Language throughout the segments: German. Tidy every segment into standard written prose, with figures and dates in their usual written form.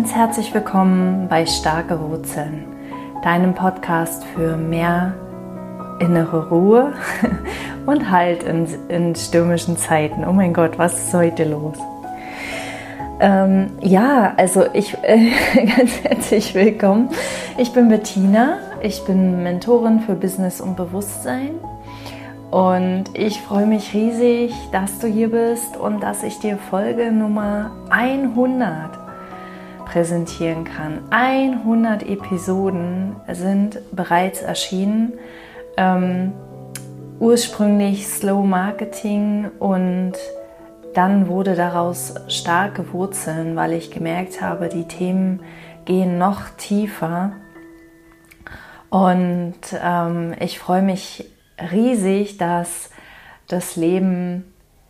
Ganz herzlich willkommen bei Starke Wurzeln, deinem Podcast für mehr innere Ruhe und Halt in stürmischen Zeiten. Oh mein Gott, was ist heute los? Ganz herzlich willkommen. Ich bin Bettina, ich bin Mentorin für Business und Bewusstsein und ich freue mich riesig, dass du hier bist und dass ich dir Folge Nummer 100 präsentieren kann. 100 Episoden sind bereits erschienen. Ursprünglich Slow Marketing und dann wurde daraus starke Wurzeln, weil ich gemerkt habe, die Themen gehen noch tiefer. Und ich freue mich riesig, dass das Leben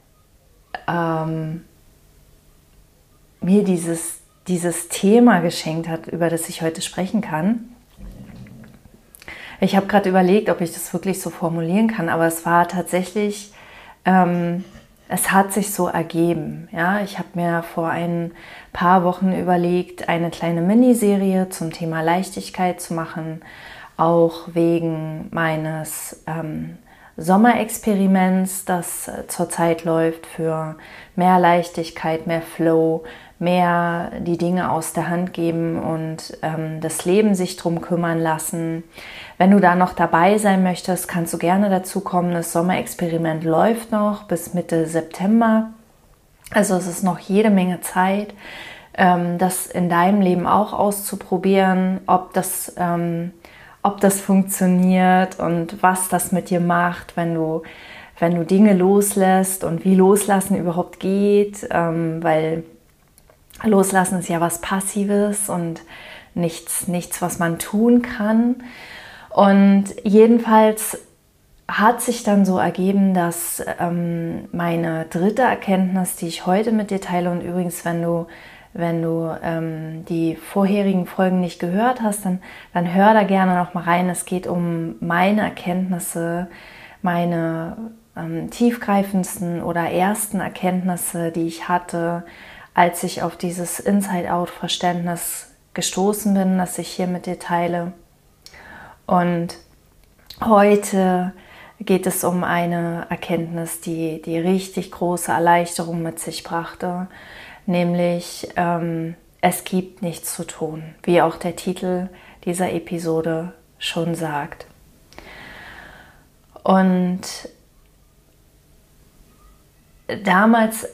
mir dieses Thema geschenkt hat, über das ich heute sprechen kann. Ich habe gerade überlegt, ob ich das wirklich so formulieren kann, aber es war tatsächlich, es hat sich so ergeben. Ja? Ich habe mir vor ein paar Wochen überlegt, eine kleine Miniserie zum Thema Leichtigkeit zu machen, auch wegen meines Sommerexperiments, das zurzeit läuft, für mehr Leichtigkeit, mehr Flow, mehr die Dinge aus der Hand geben und das Leben sich drum kümmern lassen. Wenn du da noch dabei sein möchtest, kannst du gerne dazu kommen. Das Sommerexperiment läuft noch bis Mitte September. Also es ist noch jede Menge Zeit, das in deinem Leben auch auszuprobieren, ob das funktioniert und was das mit dir macht, wenn du Dinge loslässt und wie Loslassen überhaupt geht, weil Loslassen ist ja was Passives und nichts, was man tun kann. Und jedenfalls hat sich dann so ergeben, dass meine dritte Erkenntnis, die ich heute mit dir teile, und übrigens, wenn du die vorherigen Folgen nicht gehört hast, dann hör da gerne noch mal rein. Es geht um meine Erkenntnisse, meine tiefgreifendsten oder ersten Erkenntnisse, die ich hatte, als ich auf dieses Inside-Out-Verständnis gestoßen bin, das ich hier mit dir teile. Und heute geht es um eine Erkenntnis, die richtig große Erleichterung mit sich brachte, nämlich es gibt nichts zu tun, wie auch der Titel dieser Episode schon sagt. Und damals,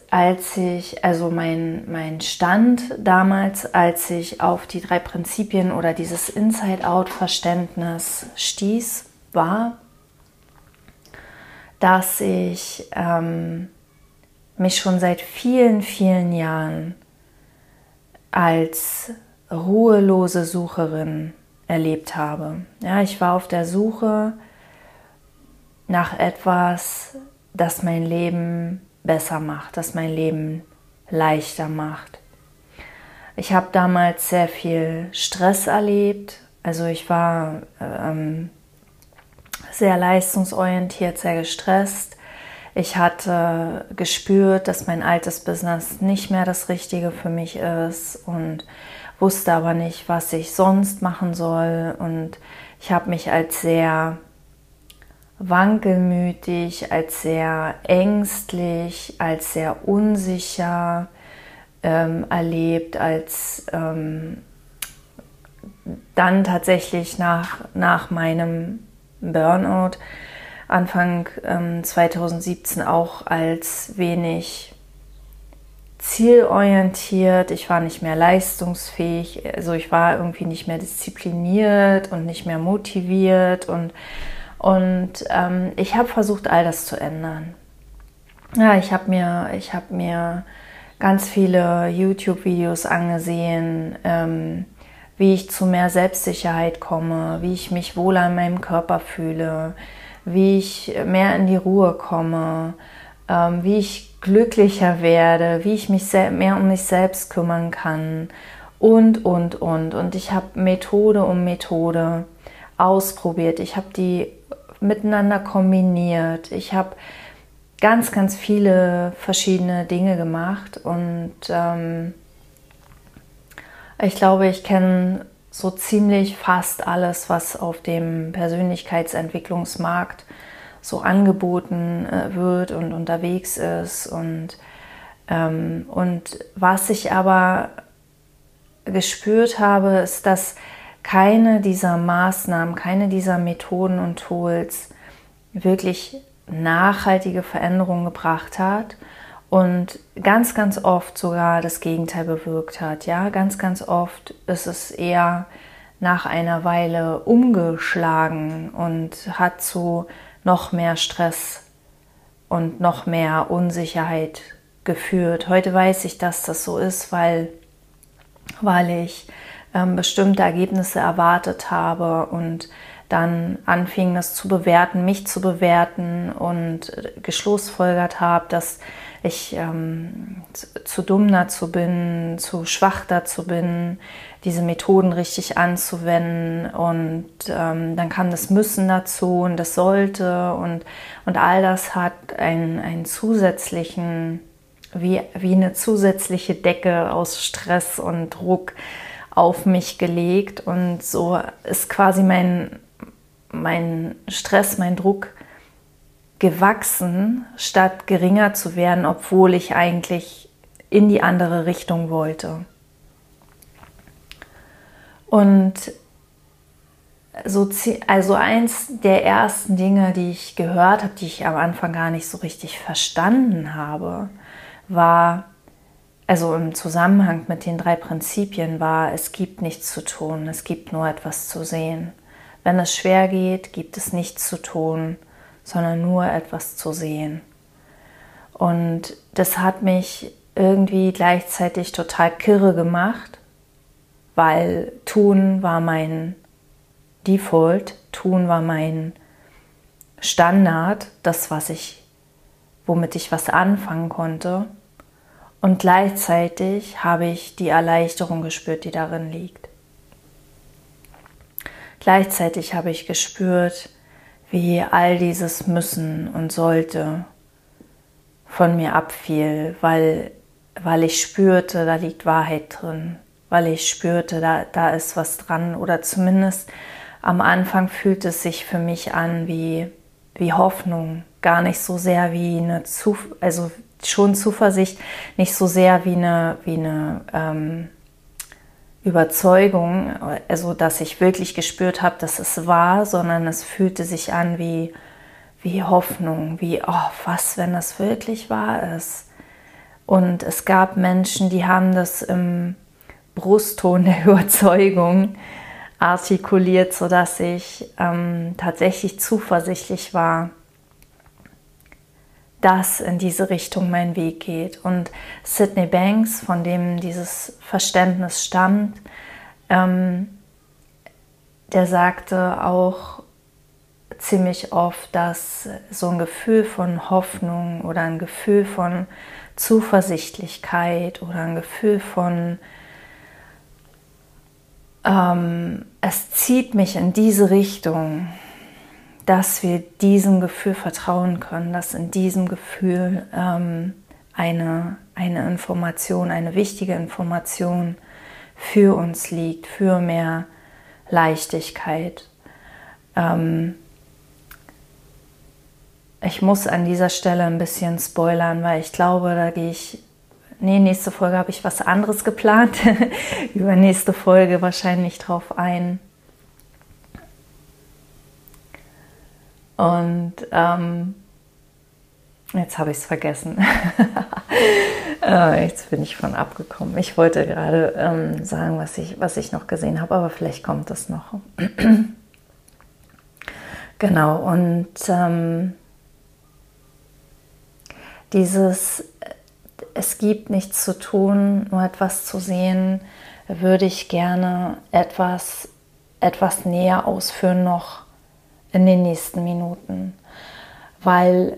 mein Stand damals, als ich auf die 3 Prinzipien oder dieses Inside-Out-Verständnis stieß, war, dass ich mich schon seit vielen, vielen Jahren als ruhelose Sucherin erlebt habe. Ja, ich war auf der Suche nach etwas, das mein Leben besser macht, das mein Leben leichter macht. Ich habe damals sehr viel Stress erlebt. Also ich war sehr leistungsorientiert, sehr gestresst. Ich hatte gespürt, dass mein altes Business nicht mehr das Richtige für mich ist und wusste aber nicht, was ich sonst machen soll. Und ich habe mich als sehr wankelmütig, als sehr ängstlich, als sehr unsicher erlebt, als dann tatsächlich nach meinem Burnout Anfang 2017 auch als wenig zielorientiert. Ich war nicht mehr leistungsfähig, also ich war irgendwie nicht mehr diszipliniert und nicht mehr motiviert und ich habe versucht, all das zu ändern. Ja, ich habe mir ganz viele YouTube-Videos angesehen, wie ich zu mehr Selbstsicherheit komme, wie ich mich wohler in meinem Körper fühle, wie ich mehr in die Ruhe komme, wie ich glücklicher werde, wie ich mich mehr um mich selbst kümmern kann und. Und ich habe Methode um Methode ausprobiert. Ich habe die miteinander kombiniert. Ich habe ganz, ganz viele verschiedene Dinge gemacht und Ich glaube, ich kenne so ziemlich fast alles, was auf dem Persönlichkeitsentwicklungsmarkt so angeboten wird und unterwegs ist. Und was ich aber gespürt habe, ist, dass keine dieser Maßnahmen, keine dieser Methoden und Tools wirklich nachhaltige Veränderungen gebracht hat und ganz, ganz oft sogar das Gegenteil bewirkt hat. Ja, ganz, ganz oft ist es eher nach einer Weile umgeschlagen und hat zu noch mehr Stress und noch mehr Unsicherheit geführt. Heute weiß ich, dass das so ist, weil ich bestimmte Ergebnisse erwartet habe und dann anfing das zu bewerten, mich zu bewerten und geschlussfolgert habe, dass ich zu dumm dazu bin, zu schwach dazu bin, diese Methoden richtig anzuwenden. Und dann kam das Müssen dazu und das Sollte und all das hat einen zusätzlichen, wie eine zusätzliche Decke aus Stress und Druck auf mich gelegt. Und so ist quasi mein Stress, mein Druck gewachsen, statt geringer zu werden, obwohl ich eigentlich in die andere Richtung wollte. Und also eins der ersten Dinge, die ich gehört habe, die ich am Anfang gar nicht so richtig verstanden habe, war, also im Zusammenhang mit den 3 Prinzipien war, es gibt nichts zu tun, es gibt nur etwas zu sehen. Wenn es schwer geht, gibt es nichts zu tun, sondern nur etwas zu sehen. Und das hat mich irgendwie gleichzeitig total kirre gemacht, weil tun war mein Default, tun war mein Standard, das, womit ich was anfangen konnte. Und gleichzeitig habe ich die Erleichterung gespürt, die darin liegt. Gleichzeitig habe ich gespürt, wie all dieses Müssen und Sollte von mir abfiel, weil ich spürte, da liegt Wahrheit drin, weil ich spürte, da ist was dran, oder zumindest am Anfang fühlt es sich für mich an wie Hoffnung, gar nicht so sehr wie also schon Zuversicht, nicht so sehr wie eine Überzeugung, also dass ich wirklich gespürt habe, dass es war, sondern es fühlte sich an wie Hoffnung, was, wenn das wirklich wahr ist. Und es gab Menschen, die haben das im Brustton der Überzeugung artikuliert, sodass ich tatsächlich zuversichtlich war, dass in diese Richtung mein Weg geht. Und Sydney Banks, von dem dieses Verständnis stammt, der sagte auch ziemlich oft, dass so ein Gefühl von Hoffnung oder ein Gefühl von Zuversichtlichkeit oder ein Gefühl von es zieht mich in diese Richtung, dass wir diesem Gefühl vertrauen können, dass in diesem Gefühl eine Information, eine wichtige Information für uns liegt, für mehr Leichtigkeit. Ich muss an dieser Stelle ein bisschen spoilern, weil ich glaube, nächste Folge habe ich was anderes geplant, übernächste Folge wahrscheinlich drauf ein. Und jetzt habe ich es vergessen. Jetzt bin ich von abgekommen. Ich wollte gerade sagen, was ich noch gesehen habe, aber vielleicht kommt das noch. Genau, und es gibt nichts zu tun, nur etwas zu sehen, würde ich gerne etwas näher ausführen noch in den nächsten Minuten, weil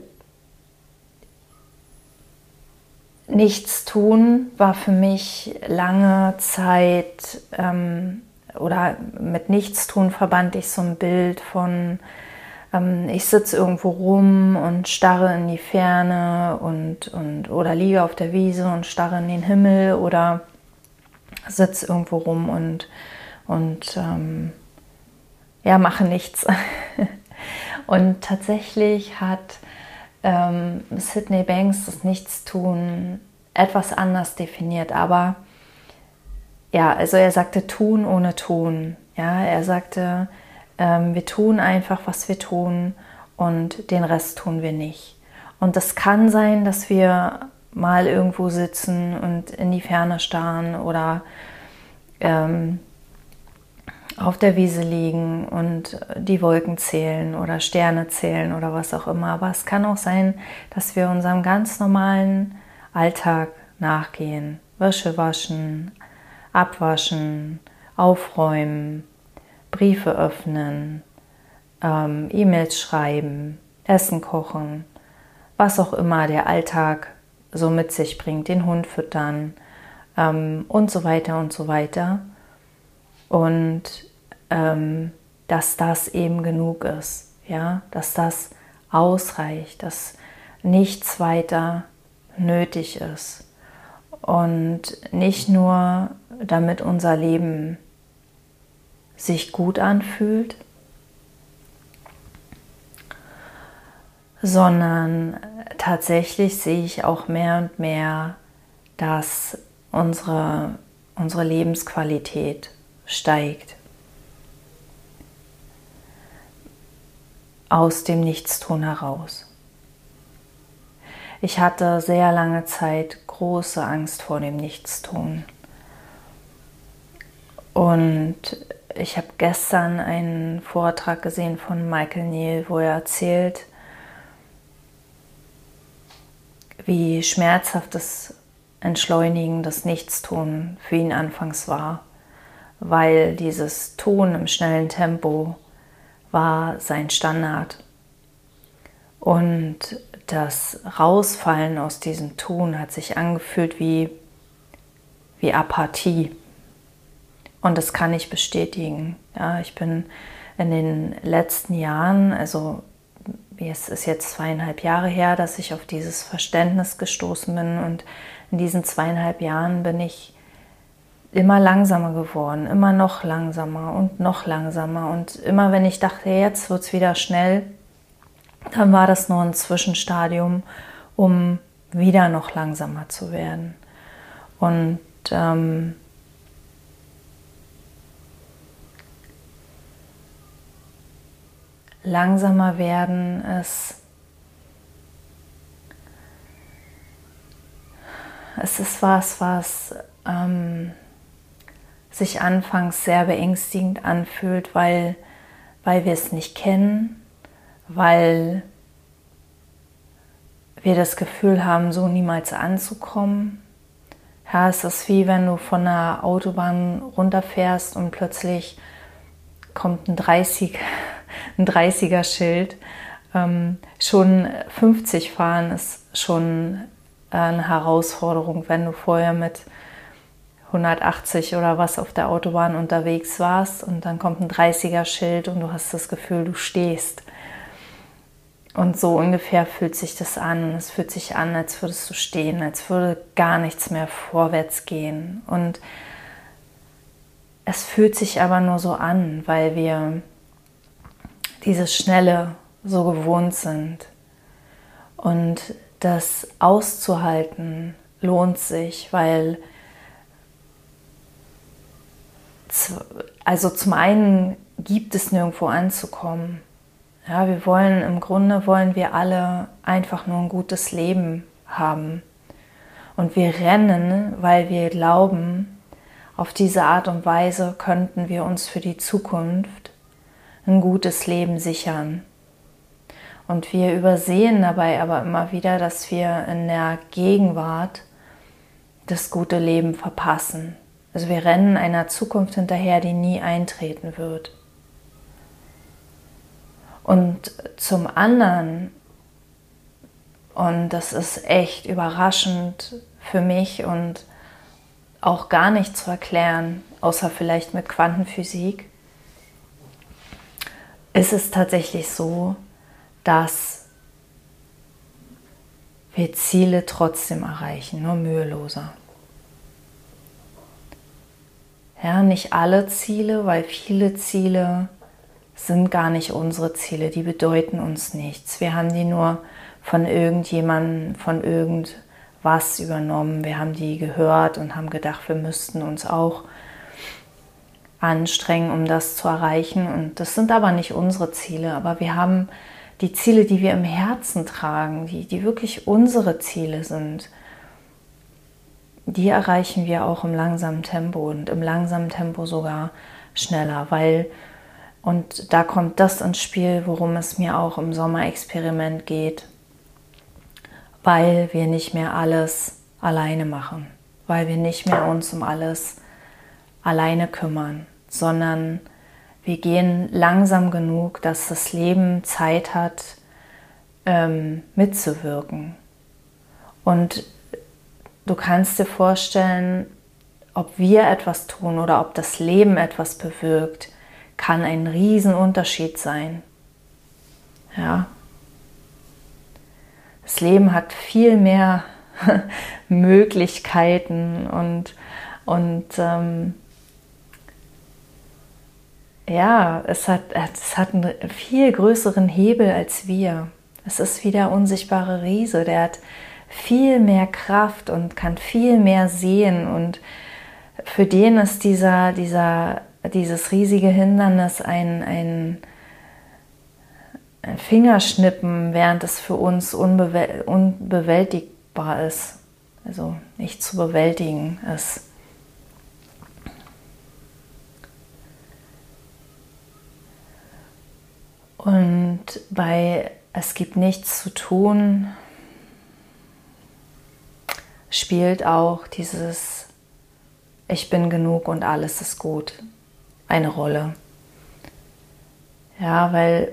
nichts tun war für mich lange Zeit, oder mit Nichtstun verband ich so ein Bild von, ich sitze irgendwo rum und starre in die Ferne oder liege auf der Wiese und starre in den Himmel oder sitze irgendwo rum und ja, mache nichts. Und tatsächlich hat Sydney Banks das Nichtstun etwas anders definiert, aber ja, also er sagte tun ohne tun. Ja, er sagte, wir tun einfach, was wir tun und den Rest tun wir nicht. Und das kann sein, dass wir mal irgendwo sitzen und in die Ferne starren oder auf der Wiese liegen und die Wolken zählen oder Sterne zählen oder was auch immer. Aber es kann auch sein, dass wir unserem ganz normalen Alltag nachgehen. Wäsche waschen, abwaschen, aufräumen, Briefe öffnen, E-Mails schreiben, Essen kochen, was auch immer der Alltag so mit sich bringt, den Hund füttern und so weiter und so weiter. Und dass das eben genug ist, ja, dass das ausreicht, dass nichts weiter nötig ist und nicht nur damit unser Leben sich gut anfühlt, sondern tatsächlich sehe ich auch mehr und mehr, dass unsere Lebensqualität steigt. Aus dem Nichtstun heraus. Ich hatte sehr lange Zeit große Angst vor dem Nichtstun. Und ich habe gestern einen Vortrag gesehen von Michael Neill, wo er erzählt, wie schmerzhaft das Entschleunigen, das Nichtstun für ihn anfangs war, weil dieses Tun im schnellen Tempo war sein Standard. Und das Rausfallen aus diesem Tun hat sich angefühlt wie Apathie. Und das kann ich bestätigen. Ja, ich bin in den letzten Jahren, also es ist jetzt 2,5 Jahre her, dass ich auf dieses Verständnis gestoßen bin. Und in diesen 2,5 Jahren bin ich immer langsamer geworden, immer noch langsamer und noch langsamer. Und immer wenn ich dachte, jetzt wird es wieder schnell, dann war das nur ein Zwischenstadium, um wieder noch langsamer zu werden. Und langsamer werden ist, es ist was sich anfangs sehr beängstigend anfühlt, weil wir es nicht kennen, weil wir das Gefühl haben, so niemals anzukommen. Ja, es ist wie wenn du von der Autobahn runterfährst und plötzlich kommt ein 30er-Schild. Schon 50 fahren ist schon eine Herausforderung, wenn du vorher mit 180 oder was auf der Autobahn unterwegs warst und dann kommt ein 30er-Schild und du hast das Gefühl, du stehst. Und so ungefähr fühlt sich das an. Es fühlt sich an, als würdest du stehen, als würde gar nichts mehr vorwärts gehen. Und es fühlt sich aber nur so an, weil wir dieses Schnelle so gewohnt sind. Und das auszuhalten lohnt sich, weil also zum einen gibt es nirgendwo anzukommen. Ja, im Grunde wollen wir alle einfach nur ein gutes Leben haben. Und wir rennen, weil wir glauben, auf diese Art und Weise könnten wir uns für die Zukunft ein gutes Leben sichern. Und wir übersehen dabei aber immer wieder, dass wir in der Gegenwart das gute Leben verpassen. Also wir rennen einer Zukunft hinterher, die nie eintreten wird. Und zum anderen, und das ist echt überraschend für mich und auch gar nicht zu erklären, außer vielleicht mit Quantenphysik, ist es tatsächlich so, dass wir Ziele trotzdem erreichen, nur müheloser. Ja, nicht alle Ziele, weil viele Ziele sind gar nicht unsere Ziele, die bedeuten uns nichts. Wir haben die nur von irgendjemandem, von irgendwas übernommen. Wir haben die gehört und haben gedacht, wir müssten uns auch anstrengen, um das zu erreichen. Und das sind aber nicht unsere Ziele. Aber wir haben die Ziele, die wir im Herzen tragen, die wirklich unsere Ziele sind. Die erreichen wir auch im langsamen Tempo und im langsamen Tempo sogar schneller, und da kommt das ins Spiel, worum es mir auch im Sommerexperiment geht, weil wir nicht mehr alles alleine machen, weil wir nicht mehr uns um alles alleine kümmern, sondern wir gehen langsam genug, dass das Leben Zeit hat, mitzuwirken. Und du kannst dir vorstellen, ob wir etwas tun oder ob das Leben etwas bewirkt, kann ein Riesenunterschied sein. Ja. Das Leben hat viel mehr Möglichkeiten und es hat einen viel größeren Hebel als wir. Es ist wie der unsichtbare Riese, der hat viel mehr Kraft und kann viel mehr sehen, und für den ist dieses riesige Hindernis ein Fingerschnippen, während es für uns unbewältigbar ist, also nicht zu bewältigen ist. Und bei Es gibt nichts zu tun spielt auch dieses Ich bin genug und alles ist gut eine Rolle. Ja, weil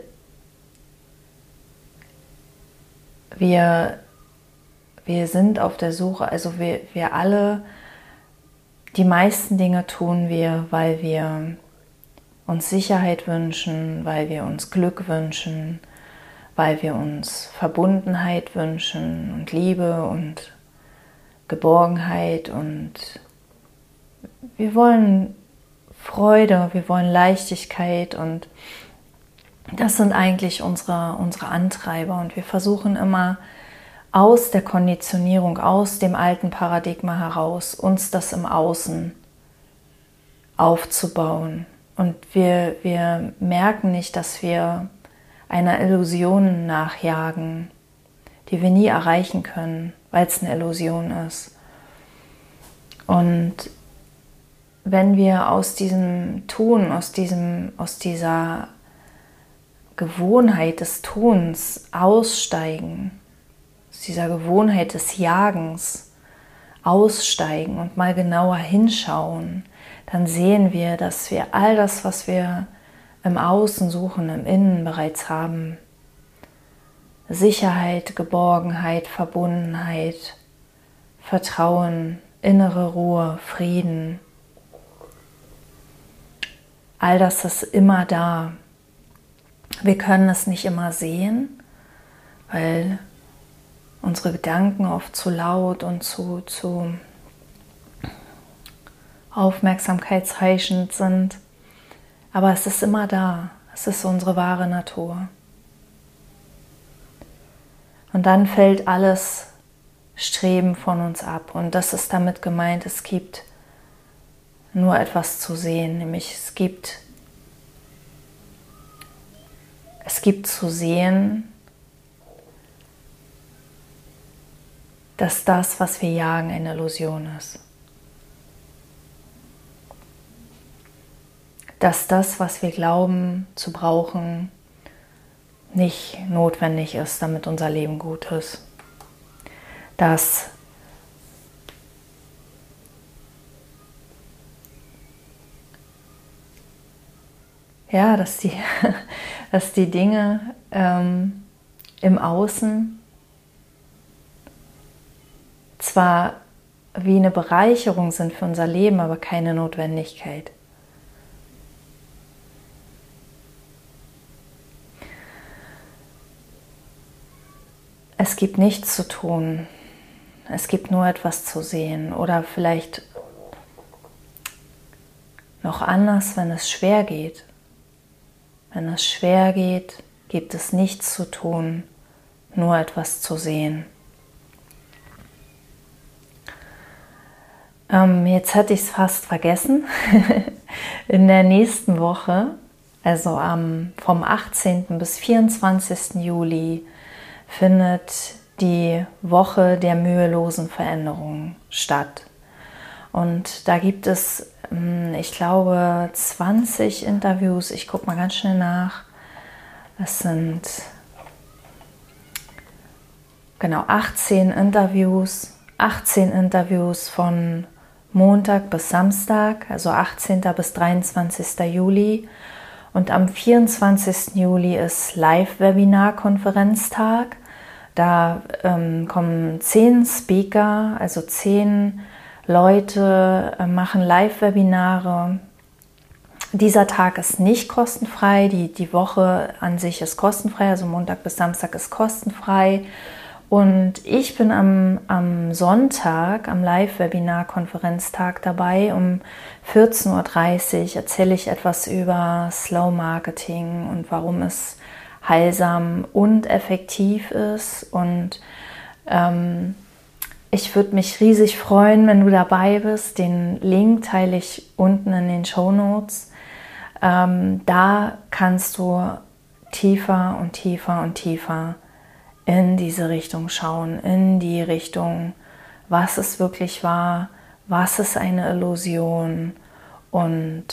wir sind auf der Suche, also wir alle, die meisten Dinge tun wir, weil wir uns Sicherheit wünschen, weil wir uns Glück wünschen, weil wir uns Verbundenheit wünschen und Liebe und Geborgenheit, und wir wollen Freude, wir wollen Leichtigkeit, und das sind eigentlich unsere Antreiber, und wir versuchen immer aus der Konditionierung, aus dem alten Paradigma heraus, uns das im Außen aufzubauen, und wir merken nicht, dass wir einer Illusion nachjagen, die wir nie erreichen können, weil es eine Illusion ist. Und wenn wir aus diesem Tun, aus dieser Gewohnheit des Tuns aussteigen, aus dieser Gewohnheit des Jagens aussteigen und mal genauer hinschauen, dann sehen wir, dass wir all das, was wir im Außen suchen, im Innen bereits haben. Sicherheit, Geborgenheit, Verbundenheit, Vertrauen, innere Ruhe, Frieden. All das ist immer da. Wir können es nicht immer sehen, weil unsere Gedanken oft zu laut und zu aufmerksamkeitsheischend sind. Aber es ist immer da. Es ist unsere wahre Natur. Und dann fällt alles Streben von uns ab. Und das ist damit gemeint, es gibt nur etwas zu sehen, nämlich es gibt zu sehen, dass das, was wir jagen, eine Illusion ist. Dass das, was wir glauben zu brauchen, nicht notwendig ist, damit unser Leben gut ist. Dass die Dinge im Außen zwar wie eine Bereicherung sind für unser Leben, aber keine Notwendigkeit. Es gibt nichts zu tun, es gibt nur etwas zu sehen, oder vielleicht noch anders, wenn es schwer geht. Wenn es schwer geht, gibt es nichts zu tun, nur etwas zu sehen. Jetzt hätte ich es fast vergessen. In der nächsten Woche, also vom 18. bis 24. Juli, findet die Woche der mühelosen Veränderung statt. Und da gibt es, ich glaube, 20 Interviews. Ich gucke mal ganz schnell nach. Es sind genau 18 Interviews von Montag bis Samstag, also 18. bis 23. Juli. Und am 24. Juli ist Live-Webinar-Konferenztag. Da kommen 10 Speaker, also 10 Leute machen Live-Webinare. Dieser Tag ist nicht kostenfrei, die Woche an sich ist kostenfrei, also Montag bis Samstag ist kostenfrei. Und ich bin am Sonntag, am Live-Webinar-Konferenztag dabei. Um 14.30 Uhr erzähle ich etwas über Slow Marketing und warum es heilsam und effektiv ist. Und ich würde mich riesig freuen, wenn du dabei bist. Den Link teile ich unten in den Shownotes. Da kannst du tiefer und tiefer und tiefer in diese Richtung schauen, in die Richtung, was es wirklich war, was ist eine Illusion und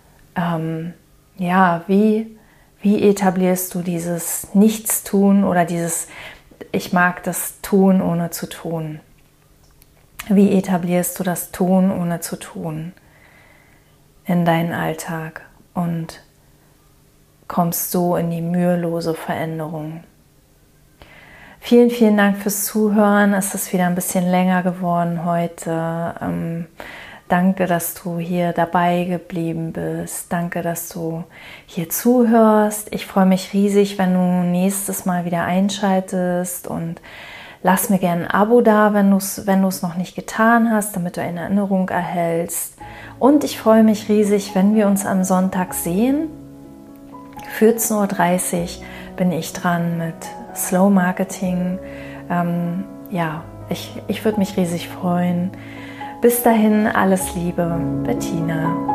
wie etablierst du dieses Nichtstun oder dieses, ich mag das Tun ohne zu tun. Wie etablierst du das Tun ohne zu tun in deinen Alltag und kommst so in die mühelose Veränderung? Vielen, vielen Dank fürs Zuhören. Es ist wieder ein bisschen länger geworden heute. Danke, dass du hier dabei geblieben bist. Danke, dass du hier zuhörst. Ich freue mich riesig, wenn du nächstes Mal wieder einschaltest und lass mir gerne ein Abo da, wenn du es noch nicht getan hast, damit du eine Erinnerung erhältst. Und ich freue mich riesig, wenn wir uns am Sonntag sehen. 14.30 Uhr bin ich dran mit Slow Marketing. Ich würde mich riesig freuen. Bis dahin, alles Liebe, Bettina.